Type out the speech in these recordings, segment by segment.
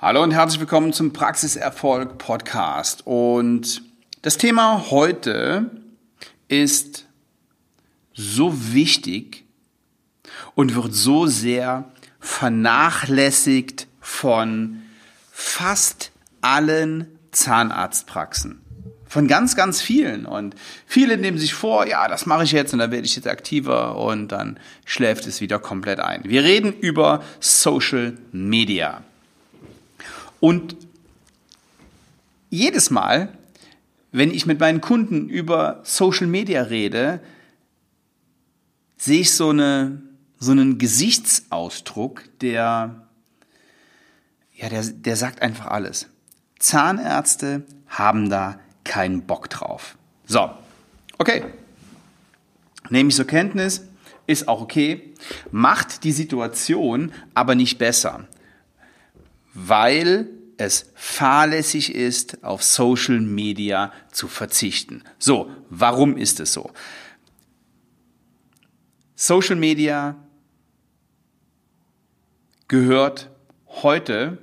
Hallo und herzlich willkommen zum Praxiserfolg Podcast. Und das Thema heute ist so wichtig und wird so sehr vernachlässigt von fast allen Zahnarztpraxen. Von ganz, ganz vielen. Und viele nehmen sich vor, ja, das mache ich jetzt und dann werde ich jetzt aktiver und dann schläft es wieder komplett ein. Wir reden über Social Media. Und jedes Mal, wenn ich mit meinen Kunden über Social Media rede, sehe ich so einen Gesichtsausdruck, der sagt einfach alles. Zahnärzte haben da keinen Bock drauf. So, okay. Nehme ich zur Kenntnis, ist auch okay. Macht die Situation aber nicht besser, weil es fahrlässig ist, auf Social Media zu verzichten. So, warum ist es so? Social Media gehört heute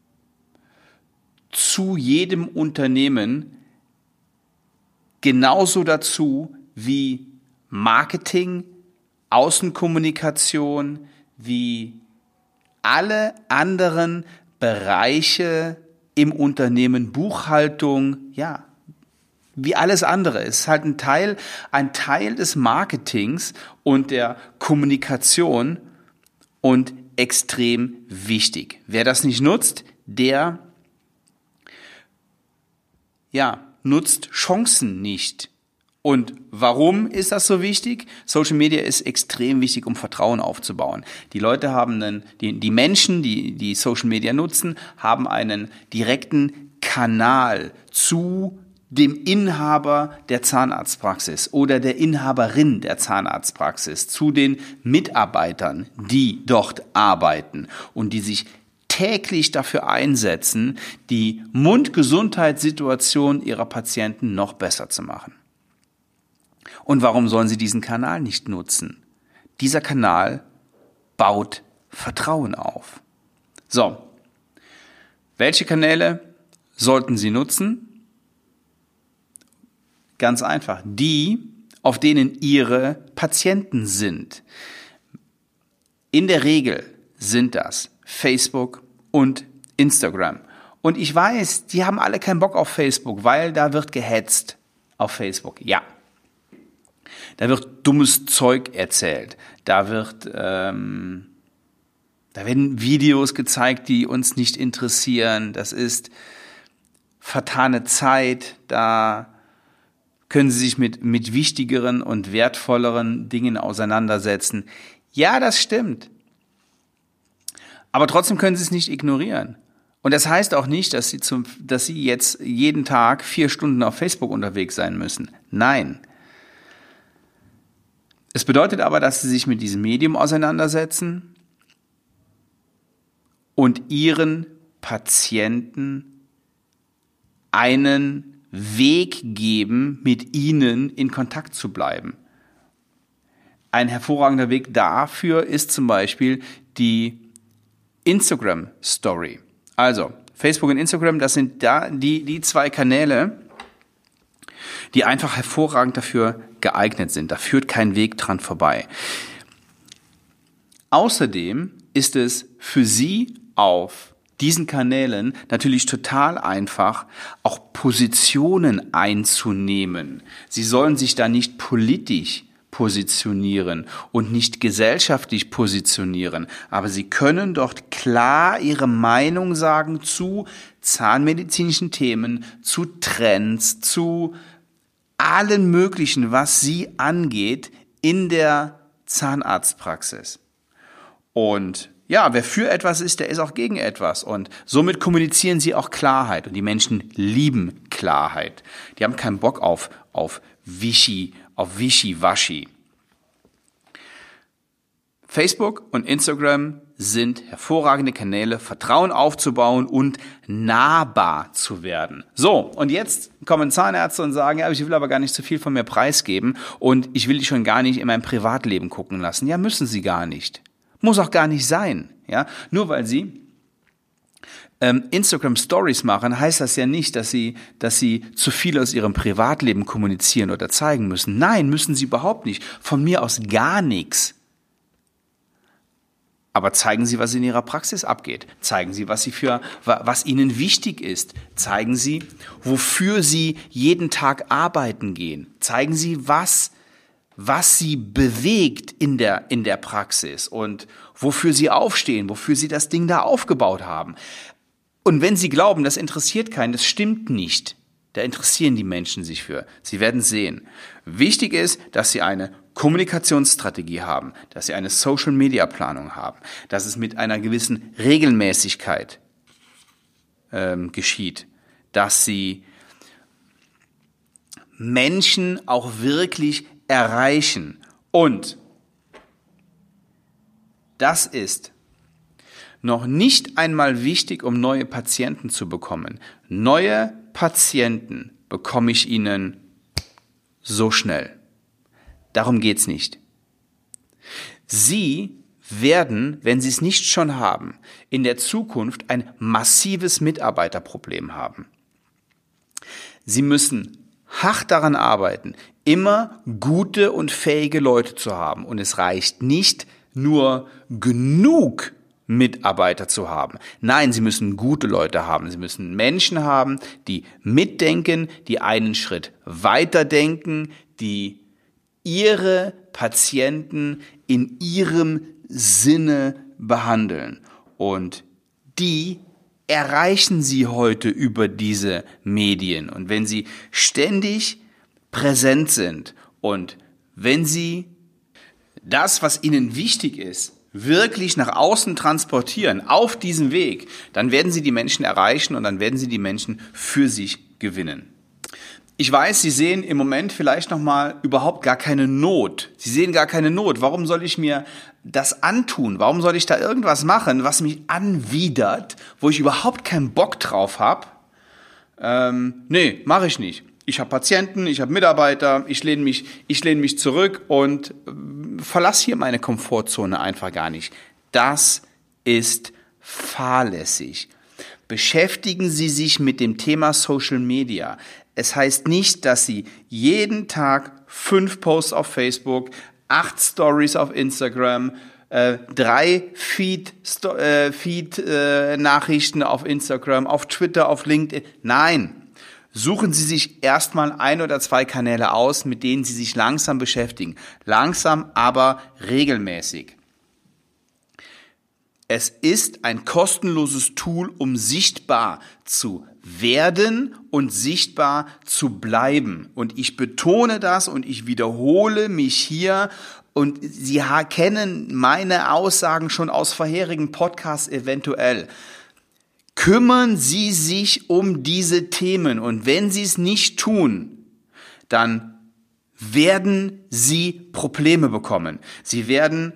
zu jedem Unternehmen genauso dazu wie Marketing, Außenkommunikation, wie alle anderen Bereiche im Unternehmen, Buchhaltung, ja, wie alles andere. Es ist halt ein Teil des Marketings und der Kommunikation und extrem wichtig. Wer das nicht nutzt, der nutzt Chancen nicht. Und warum ist das so wichtig? Social Media ist extrem wichtig, um Vertrauen aufzubauen. Die Leute haben die Menschen, die Social Media nutzen, haben einen direkten Kanal zu dem Inhaber der Zahnarztpraxis oder der Inhaberin der Zahnarztpraxis, zu den Mitarbeitern, die dort arbeiten und die sich täglich dafür einsetzen, die Mundgesundheitssituation ihrer Patienten noch besser zu machen. Und warum sollen sie diesen Kanal nicht nutzen? Dieser Kanal baut Vertrauen auf. So, welche Kanäle sollten Sie nutzen? Ganz einfach, die, auf denen Ihre Patienten sind. In der Regel sind das Facebook und Instagram. Und ich weiß, die haben alle keinen Bock auf Facebook, weil da wird gehetzt auf Facebook. Ja. Da wird dummes Zeug erzählt. Da werden Videos gezeigt, die uns nicht interessieren. Das ist vertane Zeit. Da können Sie sich mit wichtigeren und wertvolleren Dingen auseinandersetzen. Ja, das stimmt. Aber trotzdem können Sie es nicht ignorieren. Und das heißt auch nicht, dass Sie jetzt jeden Tag 4 Stunden auf Facebook unterwegs sein müssen. Nein. Es bedeutet aber, dass Sie sich mit diesem Medium auseinandersetzen und Ihren Patienten einen Weg geben, mit Ihnen in Kontakt zu bleiben. Ein hervorragender Weg dafür ist zum Beispiel die Instagram Story. Also Facebook und Instagram, das sind da die 2 Kanäle, die einfach hervorragend dafür geeignet sind. Da führt kein Weg dran vorbei. Außerdem ist es für Sie auf diesen Kanälen natürlich total einfach, auch Positionen einzunehmen. Sie sollen sich da nicht politisch positionieren und nicht gesellschaftlich positionieren. Aber Sie können dort klar Ihre Meinung sagen zu zahnmedizinischen Themen, zu Trends, zu allen möglichen, was Sie angeht in der Zahnarztpraxis. Und ja, wer für etwas ist, der ist auch gegen etwas. Und somit kommunizieren Sie auch Klarheit. Und die Menschen lieben Klarheit. Die haben keinen Bock auf Wischiwaschi. Facebook und Instagram sind hervorragende Kanäle, Vertrauen aufzubauen und nahbar zu werden. So, und jetzt kommen Zahnärzte und sagen, ja, ich will aber gar nicht zu viel von mir preisgeben und ich will dich schon gar nicht in mein Privatleben gucken lassen. Ja, müssen Sie gar nicht. Muss auch gar nicht sein. Ja, nur weil Sie Instagram Stories machen, heißt das ja nicht, dass sie zu viel aus ihrem Privatleben kommunizieren oder zeigen müssen. Nein, müssen sie überhaupt nicht. Von mir aus gar nichts. Aber zeigen Sie, was in Ihrer Praxis abgeht. Zeigen Sie, was Ihnen wichtig ist. Zeigen Sie, wofür Sie jeden Tag arbeiten gehen. Zeigen Sie, was Sie bewegt in der Praxis und wofür Sie aufstehen, wofür Sie das Ding da aufgebaut haben. Und wenn Sie glauben, das interessiert keinen, das stimmt nicht. Da interessieren die Menschen sich für. Sie werden sehen. Wichtig ist, dass Sie eine Kommunikationsstrategie haben, dass Sie eine Social-Media-Planung haben, dass es mit einer gewissen Regelmäßigkeit geschieht, dass Sie Menschen auch wirklich erreichen. Und das ist noch nicht einmal wichtig, um neue Patienten zu bekommen. Neue Patienten bekomme ich Ihnen so schnell. Darum geht's nicht. Sie werden, wenn Sie es nicht schon haben, in der Zukunft ein massives Mitarbeiterproblem haben. Sie müssen hart daran arbeiten, immer gute und fähige Leute zu haben. Und es reicht nicht nur genug Mitarbeiter zu haben. Nein, Sie müssen gute Leute haben. Sie müssen Menschen haben, die mitdenken, die einen Schritt weiterdenken, die ihre Patienten in ihrem Sinne behandeln. Und die erreichen Sie heute über diese Medien. Und wenn Sie ständig präsent sind und wenn Sie das, was Ihnen wichtig ist, wirklich nach außen transportieren, auf diesem Weg, dann werden Sie die Menschen erreichen und dann werden Sie die Menschen für sich gewinnen. Ich weiß, Sie sehen im Moment vielleicht nochmal überhaupt gar keine Not. Sie sehen gar keine Not. Warum soll ich mir das antun? Warum soll ich da irgendwas machen, was mich anwidert, wo ich überhaupt keinen Bock drauf habe? Nee, mache ich nicht. Ich habe Patienten, ich habe Mitarbeiter, ich lehne mich zurück und verlasse hier meine Komfortzone einfach gar nicht. Das ist fahrlässig. Beschäftigen Sie sich mit dem Thema Social Media. Es heißt nicht, dass Sie jeden Tag 5 Posts auf Facebook, 8 Stories auf Instagram, 3 Feed-Nachrichten auf Instagram, auf Twitter, auf LinkedIn. Nein. Suchen Sie sich erstmal 1 oder 2 Kanäle aus, mit denen Sie sich langsam beschäftigen. Langsam, aber regelmäßig. Es ist ein kostenloses Tool, um sichtbar zu werden und sichtbar zu bleiben. Und ich betone das und ich wiederhole mich hier. Und Sie kennen meine Aussagen schon aus vorherigen Podcasts eventuell. Kümmern Sie sich um diese Themen und wenn Sie es nicht tun, dann werden Sie Probleme bekommen. Sie werden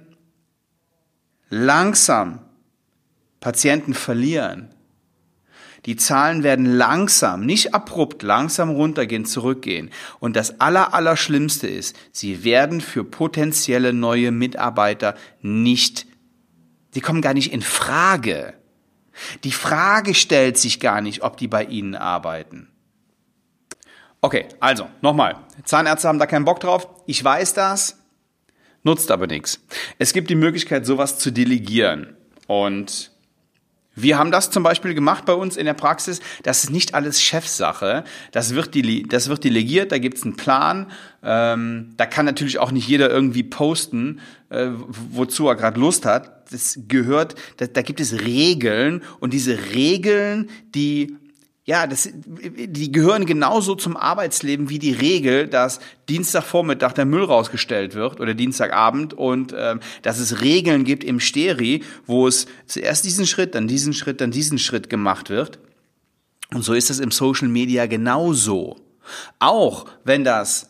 langsam Patienten verlieren. Die Zahlen werden langsam, nicht abrupt, langsam runtergehen, zurückgehen. Und das Allerschlimmste ist, Sie werden für potenzielle neue Mitarbeiter sie kommen gar nicht in Frage. Die Frage stellt sich gar nicht, ob die bei Ihnen arbeiten. Okay, also nochmal. Zahnärzte haben da keinen Bock drauf. Ich weiß das, nutzt aber nichts. Es gibt die Möglichkeit, sowas zu delegieren. Und wir haben das zum Beispiel gemacht bei uns in der Praxis. Das ist nicht alles Chefsache. Das wird delegiert, da gibt es einen Plan. Da kann natürlich auch nicht jeder irgendwie posten, wozu er gerade Lust hat. Da gibt es Regeln und diese Regeln, die gehören genauso zum Arbeitsleben wie die Regel, dass Dienstagvormittag der Müll rausgestellt wird oder Dienstagabend und dass es Regeln gibt im Steri, wo es zuerst diesen Schritt, dann diesen Schritt, dann diesen Schritt gemacht wird. Und so ist es im Social Media genauso. Auch wenn das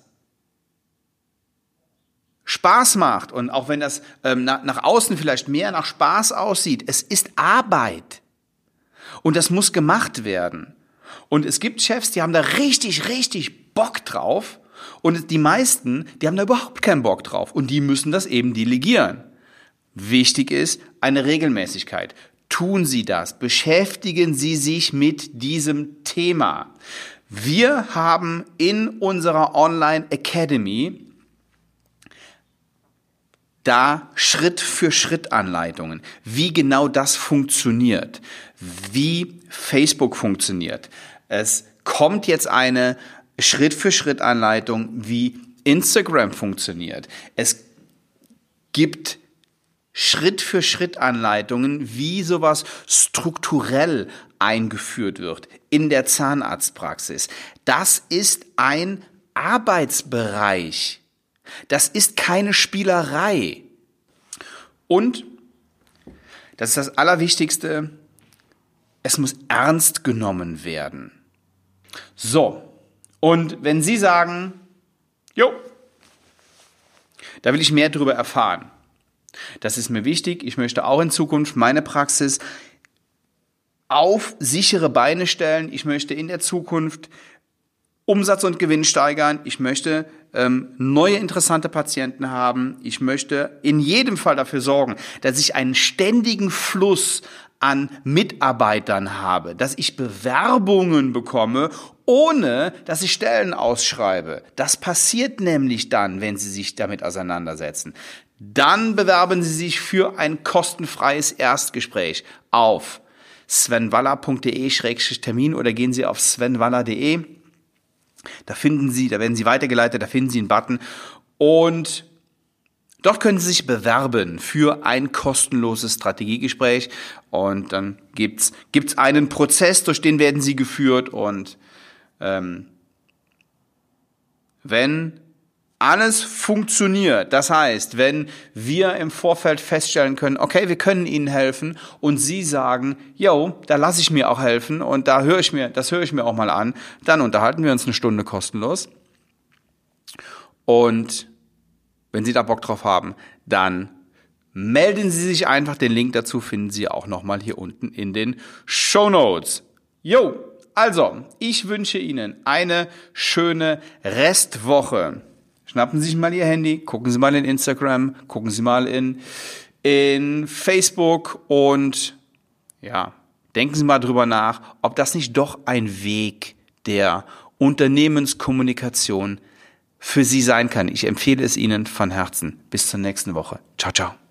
Spaß macht und auch wenn das nach außen vielleicht mehr nach Spaß aussieht, es ist Arbeit. Und das muss gemacht werden. Und es gibt Chefs, die haben da richtig, richtig Bock drauf. Und die meisten, die haben da überhaupt keinen Bock drauf. Und die müssen das eben delegieren. Wichtig ist eine Regelmäßigkeit. tun Sie das. Beschäftigen Sie sich mit diesem Thema. Wir haben in unserer Online Academy da Schritt-für-Schritt-Anleitungen, wie genau das funktioniert, wie Facebook funktioniert. Es kommt jetzt eine Schritt-für-Schritt-Anleitung, wie Instagram funktioniert. Es gibt Schritt-für-Schritt-Anleitungen, wie sowas strukturell eingeführt wird in der Zahnarztpraxis. Das ist ein Arbeitsbereich. Das ist keine Spielerei. Und, das ist das Allerwichtigste, es muss ernst genommen werden. So, und wenn Sie sagen, jo, da will ich mehr darüber erfahren, das ist mir wichtig, ich möchte auch in Zukunft meine Praxis auf sichere Beine stellen, ich möchte in der Zukunft Umsatz und Gewinn steigern, ich möchte neue interessante Patienten haben, ich möchte in jedem Fall dafür sorgen, dass ich einen ständigen Fluss an Mitarbeitern habe, dass ich Bewerbungen bekomme, ohne dass ich Stellen ausschreibe. Das passiert nämlich dann, wenn Sie sich damit auseinandersetzen. Dann bewerben Sie sich für ein kostenfreies Erstgespräch auf svenwaller.de/termin oder gehen Sie auf svenwaller.de. Da werden Sie weitergeleitet, da finden Sie einen Button und dort können Sie sich bewerben für ein kostenloses Strategiegespräch und dann gibt's einen Prozess, durch den werden Sie geführt und wenn alles funktioniert, das heißt, wenn wir im Vorfeld feststellen können, okay, wir können Ihnen helfen und Sie sagen, yo, da lasse ich mir auch helfen und das höre ich mir auch mal an, dann unterhalten wir uns eine Stunde kostenlos. Und wenn Sie da Bock drauf haben, dann melden Sie sich einfach. Den Link dazu finden Sie auch nochmal hier unten in den Shownotes. Jo, also, ich wünsche Ihnen eine schöne Restwoche. Schnappen Sie sich mal Ihr Handy, gucken Sie mal in Instagram, gucken Sie mal in Facebook und ja, denken Sie mal drüber nach, ob das nicht doch ein Weg der Unternehmenskommunikation für Sie sein kann. Ich empfehle es Ihnen von Herzen. Bis zur nächsten Woche. Ciao, ciao.